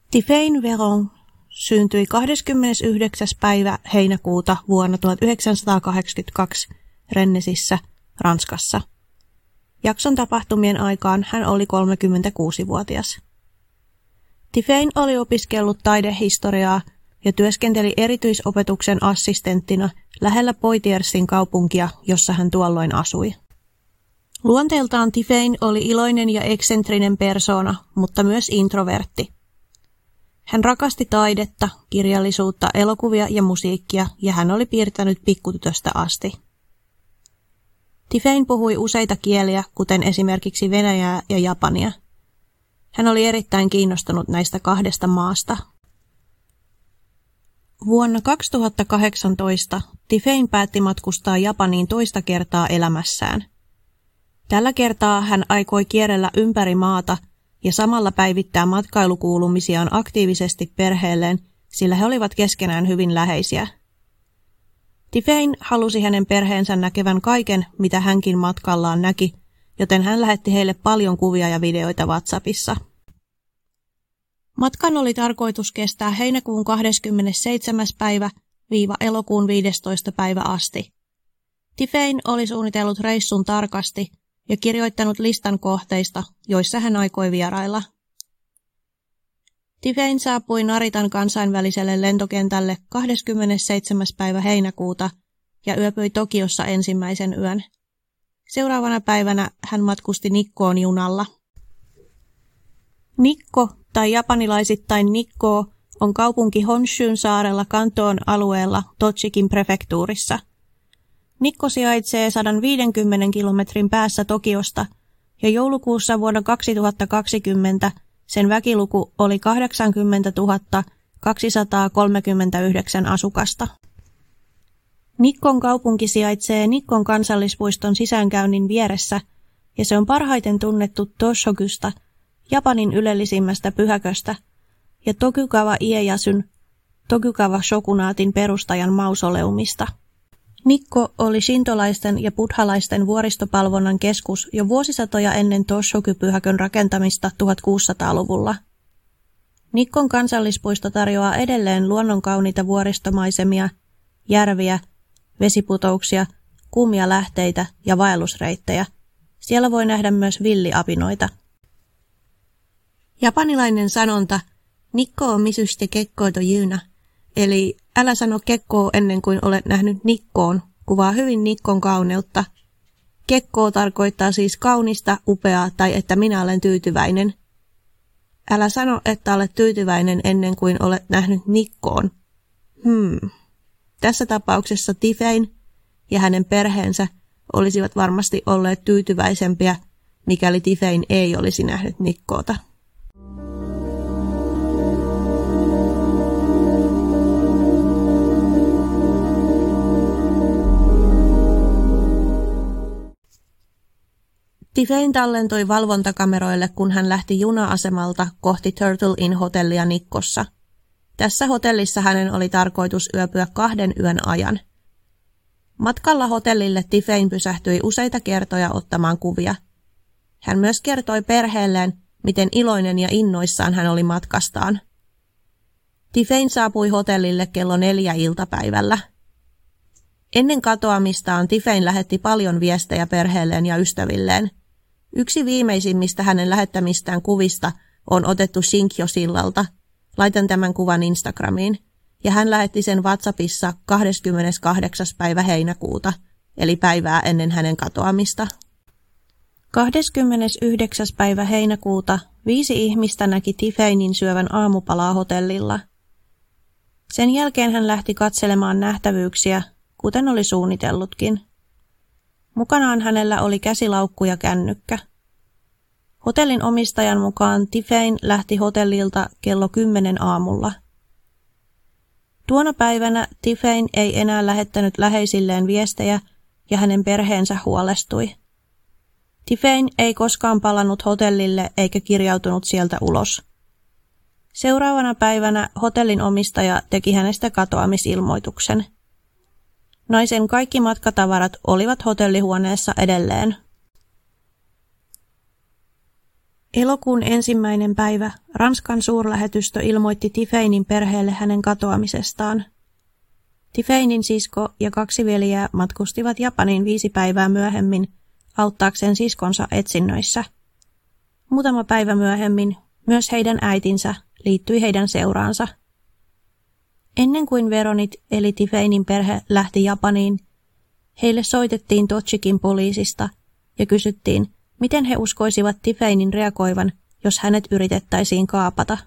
Tiffaine Veron syntyi 29. päivä heinäkuuta vuonna 1982 Rennesissä, Ranskassa. Jakson tapahtumien aikaan hän oli 36-vuotias. Tiffaine oli opiskellut taidehistoriaa ja työskenteli erityisopetuksen assistenttina lähellä Poitiersin kaupunkia, jossa hän tuolloin asui. Luonteeltaan Tiffaine oli iloinen ja eksentrinen persoona, mutta myös introvertti. Hän rakasti taidetta, kirjallisuutta, elokuvia ja musiikkia, ja hän oli piirtänyt pikkutytöstä asti. Tiffaine puhui useita kieliä, kuten esimerkiksi venäjää ja japania. Hän oli erittäin kiinnostunut näistä kahdesta maasta. Vuonna 2018 Tiffaine päätti matkustaa Japaniin toista kertaa elämässään. Tällä kertaa hän aikoi kierrellä ympäri maata ja samalla päivittää matkailukuulumisiaan aktiivisesti perheelleen, sillä he olivat keskenään hyvin läheisiä. Tiffaine halusi hänen perheensä näkevän kaiken, mitä hänkin matkallaan näki, joten hän lähetti heille paljon kuvia ja videoita WhatsAppissa. Matkan oli tarkoitus kestää heinäkuun 27. päivä - elokuun 15. päivä asti. Tiffaine oli suunnitellut reissun tarkasti ja kirjoittanut listan kohteista, joissa hän aikoi vierailla. Tiffaine saapui Naritan kansainväliselle lentokentälle 27. päivä heinäkuuta ja yöpyi Tokiossa ensimmäisen yön. Seuraavana päivänä hän matkusti Nikkoon junalla. Nikko tai japanilaisittain Nikkō on kaupunki Honshun saarella Kantoon alueella Tochikin prefektuurissa. Nikko sijaitsee 150 kilometrin päässä Tokiosta ja joulukuussa vuonna 2020 sen väkiluku oli 80 239 asukasta. Nikkon kaupunki sijaitsee Nikkon kansallispuiston sisäänkäynnin vieressä ja se on parhaiten tunnettu Toshogusta, Japanin ylellisimmästä pyhäköstä, ja Tokugawa Ieyasyn, Tokugawa shokunaatin perustajan mausoleumista. Nikko oli shintolaisten ja buddhalaisten vuoristopalvonnan keskus jo vuosisatoja ennen Toshogu-pyhäkön rakentamista 1600-luvulla. Nikkon kansallispuisto tarjoaa edelleen luonnonkauniita vuoristomaisemia, järviä, vesiputouksia, kuumia lähteitä ja vaellusreittejä. Siellä voi nähdä myös villiapinoita. Japanilainen sanonta Nikko on misuste kekkoo to jyynä, eli älä sano kekkoo ennen kuin olet nähnyt Nikkoon, kuvaa hyvin Nikkon kauneutta. Kekkoo tarkoittaa siis kaunista, upeaa tai että minä olen tyytyväinen. Älä sano, että olet tyytyväinen ennen kuin olet nähnyt Nikkoon. Tässä tapauksessa Tiffaine ja hänen perheensä olisivat varmasti olleet tyytyväisempiä, mikäli Tiffaine ei olisi nähnyt Nikkoota. Tiffaine tallentoi valvontakameroille, kun hän lähti juna-asemalta kohti Turtle Inn-hotellia Nikkossa. Tässä hotellissa hänen oli tarkoitus yöpyä 2 yön ajan. Matkalla hotellille Tiffaine pysähtyi useita kertoja ottamaan kuvia. Hän myös kertoi perheelleen, miten iloinen ja innoissaan hän oli matkastaan. Tiffaine saapui hotellille kello 4 iltapäivällä. Ennen katoamistaan Tiffaine lähetti paljon viestejä perheelleen ja ystävilleen. Yksi viimeisimmistä hänen lähettämistään kuvista on otettu Shinkyo-sillalta. Laitan tämän kuvan Instagramiin. Ja hän lähetti sen WhatsAppissa 28. päivä heinäkuuta, eli päivää ennen hänen katoamista. 29. päivä heinäkuuta 5 ihmistä näki Tiffainen syövän aamupalaa hotellilla. Sen jälkeen hän lähti katselemaan nähtävyyksiä, kuten oli suunnitellutkin. Mukanaan hänellä oli käsilaukku ja kännykkä. Hotellin omistajan mukaan Tiffaine lähti hotellilta kello 10 aamulla. Tuona päivänä Tiffaine ei enää lähettänyt läheisilleen viestejä ja hänen perheensä huolestui. Tiffaine ei koskaan palannut hotellille eikä kirjautunut sieltä ulos. Seuraavana päivänä hotellin omistaja teki hänestä katoamisilmoituksen. Naisen kaikki matkatavarat olivat hotellihuoneessa edelleen. Elokuun 1. päivä Ranskan suurlähetystö ilmoitti Tiffanynin perheelle hänen katoamisestaan. Tiffanynin sisko ja 2 veljeä matkustivat Japaniin 5 päivää myöhemmin auttaakseen siskonsa etsinnöissä. Muutama päivä myöhemmin myös heidän äitinsä liittyi heidän seuraansa. Ennen kuin Veronit eli Tiffanynin perhe lähti Japaniin, heille soitettiin Tochikin poliisista ja kysyttiin, miten he uskoisivat Tiffanynin reagoivan, jos hänet yritettäisiin kaapata.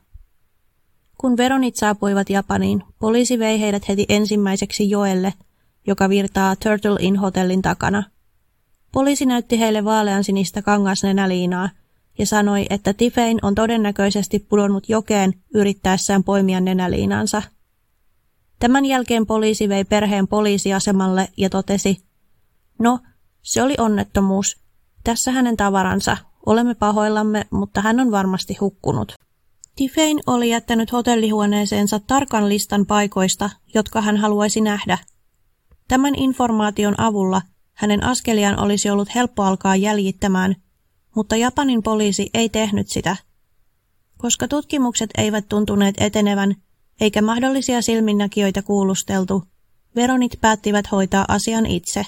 Kun Veronit saapuivat Japaniin, poliisi vei heidät heti ensimmäiseksi joelle, joka virtaa Turtle Inn hotellin takana. Poliisi näytti heille vaaleansinistä kangasnenäliinaa ja sanoi, että Tiffany on todennäköisesti pudonnut jokeen yrittäessään poimia nenäliinansa. Tämän jälkeen poliisi vei perheen poliisiasemalle ja totesi, no, se oli onnettomuus. Tässä hänen tavaransa. Olemme pahoillamme, mutta hän on varmasti hukkunut. Tiffany oli jättänyt hotellihuoneeseensa tarkan listan paikoista, jotka hän haluaisi nähdä. Tämän informaation avulla hänen askeliaan olisi ollut helppo alkaa jäljittämään, mutta Japanin poliisi ei tehnyt sitä. Koska tutkimukset eivät tuntuneet etenevän, eikä mahdollisia silminnäkijöitä kuulusteltu, Veronit päättivät hoitaa asian itse.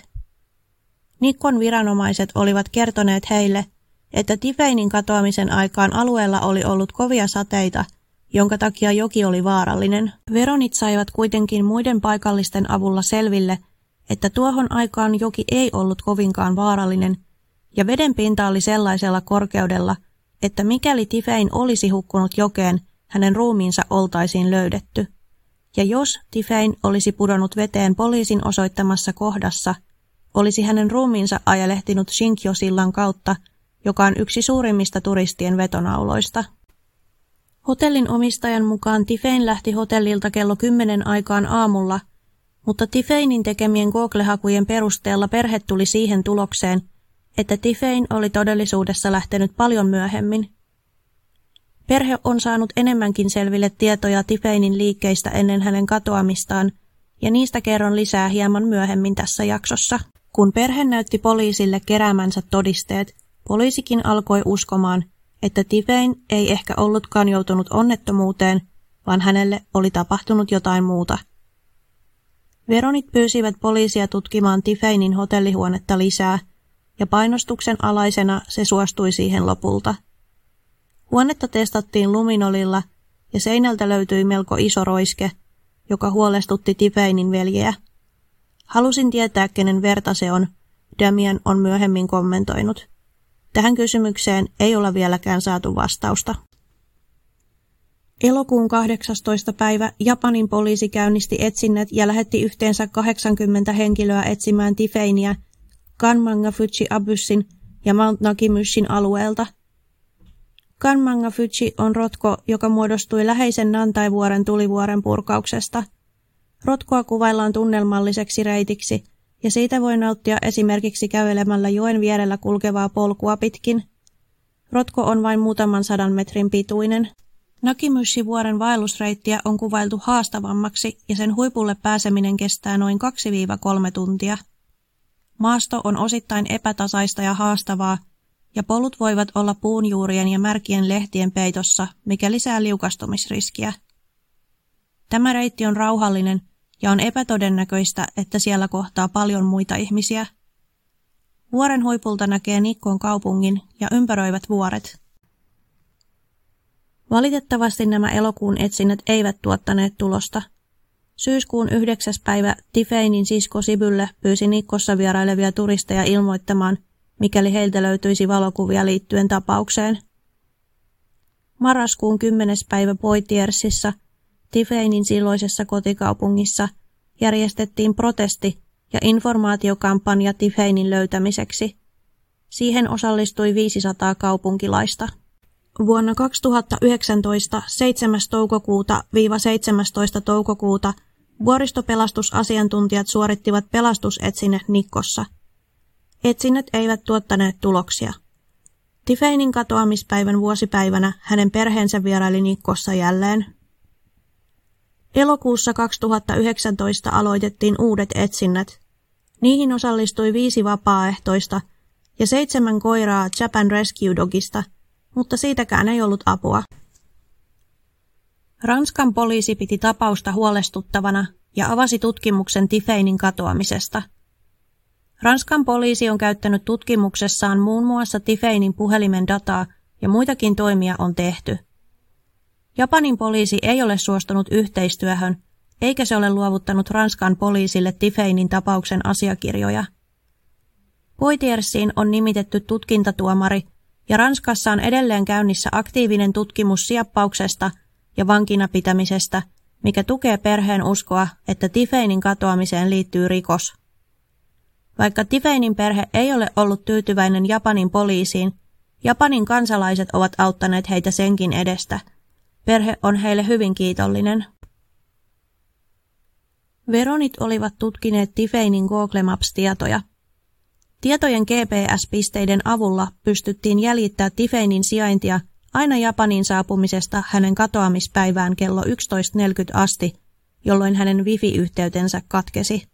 Nikkon viranomaiset olivat kertoneet heille, että Tiffanynin katoamisen aikaan alueella oli ollut kovia sateita, jonka takia joki oli vaarallinen. Veronit saivat kuitenkin muiden paikallisten avulla selville, että tuohon aikaan joki ei ollut kovinkaan vaarallinen, ja veden pinta oli sellaisella korkeudella, että mikäli Tiffany olisi hukkunut jokeen, hänen ruumiinsa oltaisiin löydetty. Ja jos Tiffany olisi pudonnut veteen poliisin osoittamassa kohdassa, olisi hänen ruumiinsa ajelehtinut Shinkyo-sillan kautta, joka on yksi suurimmista turistien vetonauloista. Hotellin omistajan mukaan Tiffany lähti hotellilta kello 10 aikaan aamulla, mutta Tiffanynin tekemien Google-hakujen perusteella perhe tuli siihen tulokseen, että Tiffany oli todellisuudessa lähtenyt paljon myöhemmin. Perhe on saanut enemmänkin selville tietoja Tiffanynin liikkeistä ennen hänen katoamistaan, ja niistä kerron lisää hieman myöhemmin tässä jaksossa. Kun perhe näytti poliisille keräämänsä todisteet, poliisikin alkoi uskomaan, että Tiffany ei ehkä ollutkaan joutunut onnettomuuteen, vaan hänelle oli tapahtunut jotain muuta. Veronit pyysivät poliisia tutkimaan Tiffanynin hotellihuonetta lisää, ja painostuksen alaisena se suostui siihen lopulta. Huonetta testattiin luminolilla, ja seinältä löytyi melko iso roiske, joka huolestutti Tiffanynin veljeä. Halusin tietää, kenen verta se on, Damian on myöhemmin kommentoinut. Tähän kysymykseen ei ole vieläkään saatu vastausta. Elokuun 18. päivä Japanin poliisi käynnisti etsinnät ja lähetti yhteensä 80 henkilöä etsimään Tiffanyä Kanmanga-Fuji-Abyssin ja Mount Nakimyshin alueelta. Kanmanga-Fuji on rotko, joka muodostui läheisen Nantai-vuoren tulivuoren purkauksesta. Rotkoa kuvaillaan tunnelmalliseksi reitiksi, ja siitä voi nauttia esimerkiksi kävelemällä joen vierellä kulkevaa polkua pitkin. Rotko on vain muutaman 100 metrin pituinen. Nakimyshi-vuoren vaellusreittiä on kuvailtu haastavammaksi, ja sen huipulle pääseminen kestää noin 2–3 tuntia. Maasto on osittain epätasaista ja haastavaa, ja polut voivat olla puunjuurien ja märkien lehtien peitossa, mikä lisää liukastumisriskiä. Tämä reitti on rauhallinen, ja on epätodennäköistä, että siellä kohtaa paljon muita ihmisiä. Vuoren huipulta näkee Nikkon kaupungin ja ympäröivät vuoret. Valitettavasti nämä elokuun etsinnät eivät tuottaneet tulosta. Syyskuun 9. päivä Tiffanynin sisko Sibylle pyysi Nikkossa vierailevia turisteja ilmoittamaan, mikäli heiltä löytyisi valokuvia liittyen tapaukseen. Marraskuun 10. päivä Poitiersissa, Tiffanynin silloisessa kotikaupungissa, järjestettiin protesti ja informaatiokampanja Tiffanynin löytämiseksi. Siihen osallistui 500 kaupunkilaista. Vuonna 2019 7. toukokuuta–17. toukokuuta vuoristopelastusasiantuntijat suorittivat pelastusetsinnät Nikkossa. Etsinnät eivät tuottaneet tuloksia. Tiffanynin katoamispäivän vuosipäivänä hänen perheensä vieraili Nikkossa jälleen. Elokuussa 2019 aloitettiin uudet etsinnät. Niihin osallistui 5 vapaaehtoista ja 7 koiraa Japan Rescue Dogista, mutta siitäkään ei ollut apua. Ranskan poliisi piti tapausta huolestuttavana ja avasi tutkimuksen Tiffaneyn katoamisesta. Ranskan poliisi on käyttänyt tutkimuksessaan muun muassa Tiffaneyn puhelimen dataa ja muitakin toimia on tehty. Japanin poliisi ei ole suostunut yhteistyöhön, eikä se ole luovuttanut Ranskan poliisille Tiffaneyn tapauksen asiakirjoja. Poitiersiin on nimitetty tutkintatuomari ja Ranskassa on edelleen käynnissä aktiivinen tutkimus sieppauksesta ja vankina pitämisestä, mikä tukee perheen uskoa, että Tiffaneyn katoamiseen liittyy rikos. Vaikka Tiffaneyn perhe ei ole ollut tyytyväinen Japanin poliisiin, Japanin kansalaiset ovat auttaneet heitä senkin edestä. Perhe on heille hyvin kiitollinen. Veronit olivat tutkineet Tiffaneyn Google Maps-tietoja. Tietojen GPS-pisteiden avulla pystyttiin jäljittämään Tiffaneyn sijaintia aina Japanin saapumisesta hänen katoamispäivään kello 11.40 asti, jolloin hänen wifi-yhteytensä katkesi.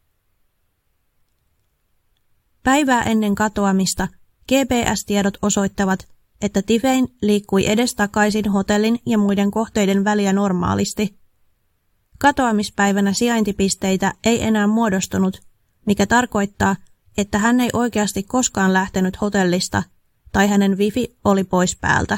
Päivää ennen katoamista GPS-tiedot osoittavat, että Tiffany liikkui edestakaisin hotellin ja muiden kohteiden väliä normaalisti. Katoamispäivänä sijaintipisteitä ei enää muodostunut, mikä tarkoittaa, että hän ei oikeasti koskaan lähtenyt hotellista tai hänen wifi oli pois päältä.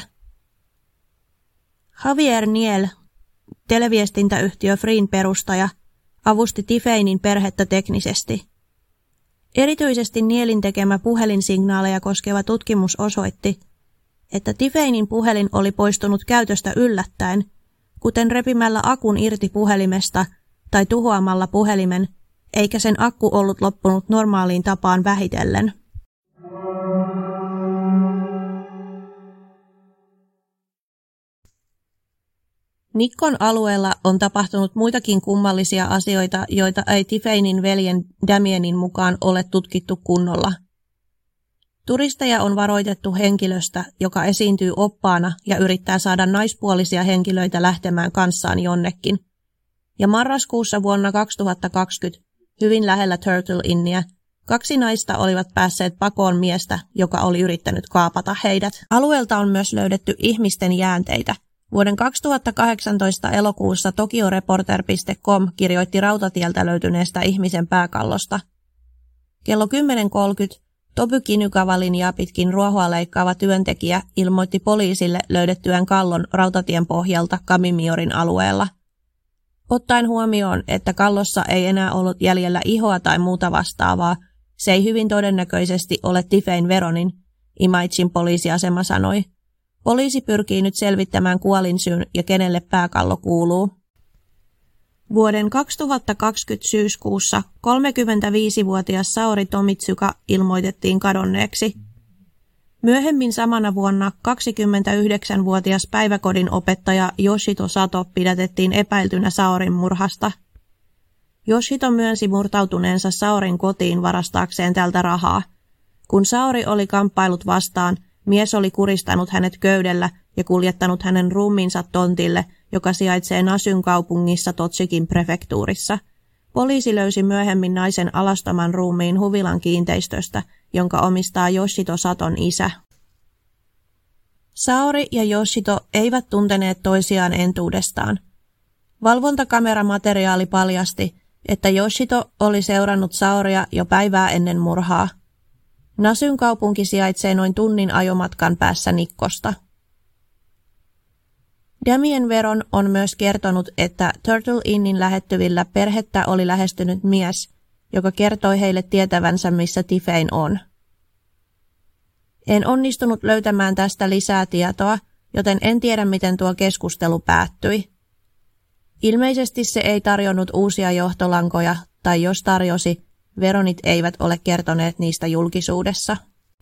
Javier Niel, televiestintäyhtiö Freen perustaja, avusti Tiffaneyn perhettä teknisesti. Erityisesti Nielin tekemä puhelinsignaaleja koskeva tutkimus osoitti, että Tiffaneyn puhelin oli poistunut käytöstä yllättäen, kuten repimällä akun irti puhelimesta tai tuhoamalla puhelimen, eikä sen akku ollut loppunut normaaliin tapaan vähitellen. Nikkon alueella on tapahtunut muitakin kummallisia asioita, joita ei Tiffaneyn veljen Damienin mukaan ole tutkittu kunnolla. Turisteja on varoitettu henkilöstä, joka esiintyy oppaana ja yrittää saada naispuolisia henkilöitä lähtemään kanssaan jonnekin. Ja marraskuussa vuonna 2020, hyvin lähellä Turtle Innia, 2 naista olivat päässeet pakoon miestä, joka oli yrittänyt kaapata heidät. Alueelta on myös löydetty ihmisten jäänteitä. Vuoden 2018 elokuussa tokioreporter.com kirjoitti rautatieltä löytyneestä ihmisen pääkallosta. Kello 10.30 Toby-Kinykava-linjaa pitkin ruohoa leikkaava työntekijä ilmoitti poliisille löydettyään kallon rautatien pohjalta Kamimiorin alueella. Ottaen huomioon, että kallossa ei enää ollut jäljellä ihoa tai muuta vastaavaa, se ei hyvin todennäköisesti ole Tiffaneyn Veronin, Imaichin poliisiasema sanoi. Poliisi pyrkii nyt selvittämään kuolinsyyn ja kenelle pääkallo kuuluu. Vuoden 2020 syyskuussa 35-vuotias Saori Tomitsuka ilmoitettiin kadonneeksi. Myöhemmin samana vuonna 29-vuotias päiväkodin opettaja Yoshito Sato pidätettiin epäiltynä Saorin murhasta. Yoshito myönsi murtautuneensa Saorin kotiin varastaakseen tältä rahaa. Kun Saori oli kamppailut vastaan, mies oli kuristanut hänet köydellä ja kuljettanut hänen ruumiinsa tontille, joka sijaitsee Nasyn kaupungissa Tochikin prefektuurissa. Poliisi löysi myöhemmin naisen alastoman ruumiin huvilan kiinteistöstä, jonka omistaa Yoshito Saton isä. Saori ja Yoshito eivät tunteneet toisiaan entuudestaan. Valvontakameramateriaali paljasti, että Yoshito oli seurannut Saoria jo päivää ennen murhaa. Nasyn kaupunki sijaitsee noin tunnin ajomatkan päässä Nikkosta. Damien Veron on myös kertonut, että Turtle Innin lähettyvillä perhettä oli lähestynyt mies, joka kertoi heille tietävänsä, missä Tiffany on. En onnistunut löytämään tästä lisää tietoa, joten en tiedä, miten tuo keskustelu päättyi. Ilmeisesti se ei tarjonnut uusia johtolankoja, tai jos tarjosi, Veronit eivät ole kertoneet niistä julkisuudessa.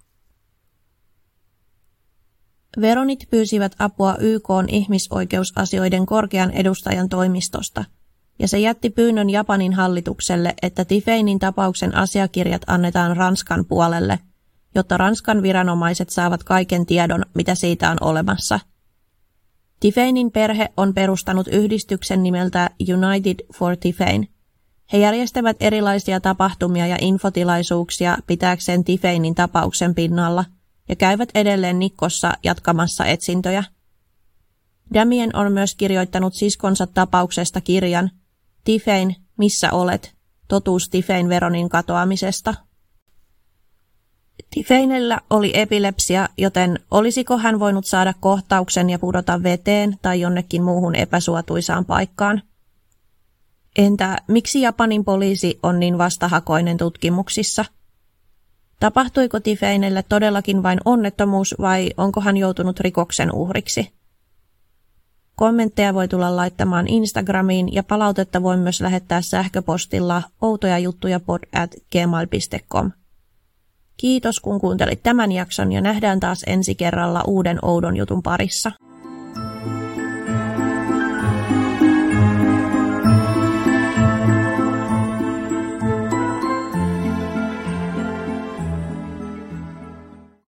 Veronit pyysivät apua YK:n ihmisoikeusasioiden korkean edustajan toimistosta, ja se jätti pyynnön Japanin hallitukselle, että Tiffaneyn tapauksen asiakirjat annetaan Ranskan puolelle, jotta Ranskan viranomaiset saavat kaiken tiedon, mitä siitä on olemassa. Tiffaneyn perhe on perustanut yhdistyksen nimeltä United for Tiffany. He järjestävät erilaisia tapahtumia ja infotilaisuuksia pitääkseen Tiffaneyn tapauksen pinnalla, ja käyvät edelleen Nikkossa jatkamassa etsintöjä. Damien on myös kirjoittanut siskonsa tapauksesta kirjan Tiffany, missä olet? Totuus Tiffany Veronin katoamisesta. Tiffanyllä oli epilepsia, joten olisiko hän voinut saada kohtauksen ja pudota veteen tai jonnekin muuhun epäsuotuisaan paikkaan? Entä miksi Japanin poliisi on niin vastahakoinen tutkimuksissa? Tapahtuiko Tiffanylle todellakin vain onnettomuus vai onko hän joutunut rikoksen uhriksi? Kommentteja voi tulla laittamaan Instagramiin ja palautetta voi myös lähettää sähköpostilla outojajuttujapod@gmail.com. Kiitos kun kuuntelit tämän jakson ja nähdään taas ensi kerralla uuden oudon jutun parissa.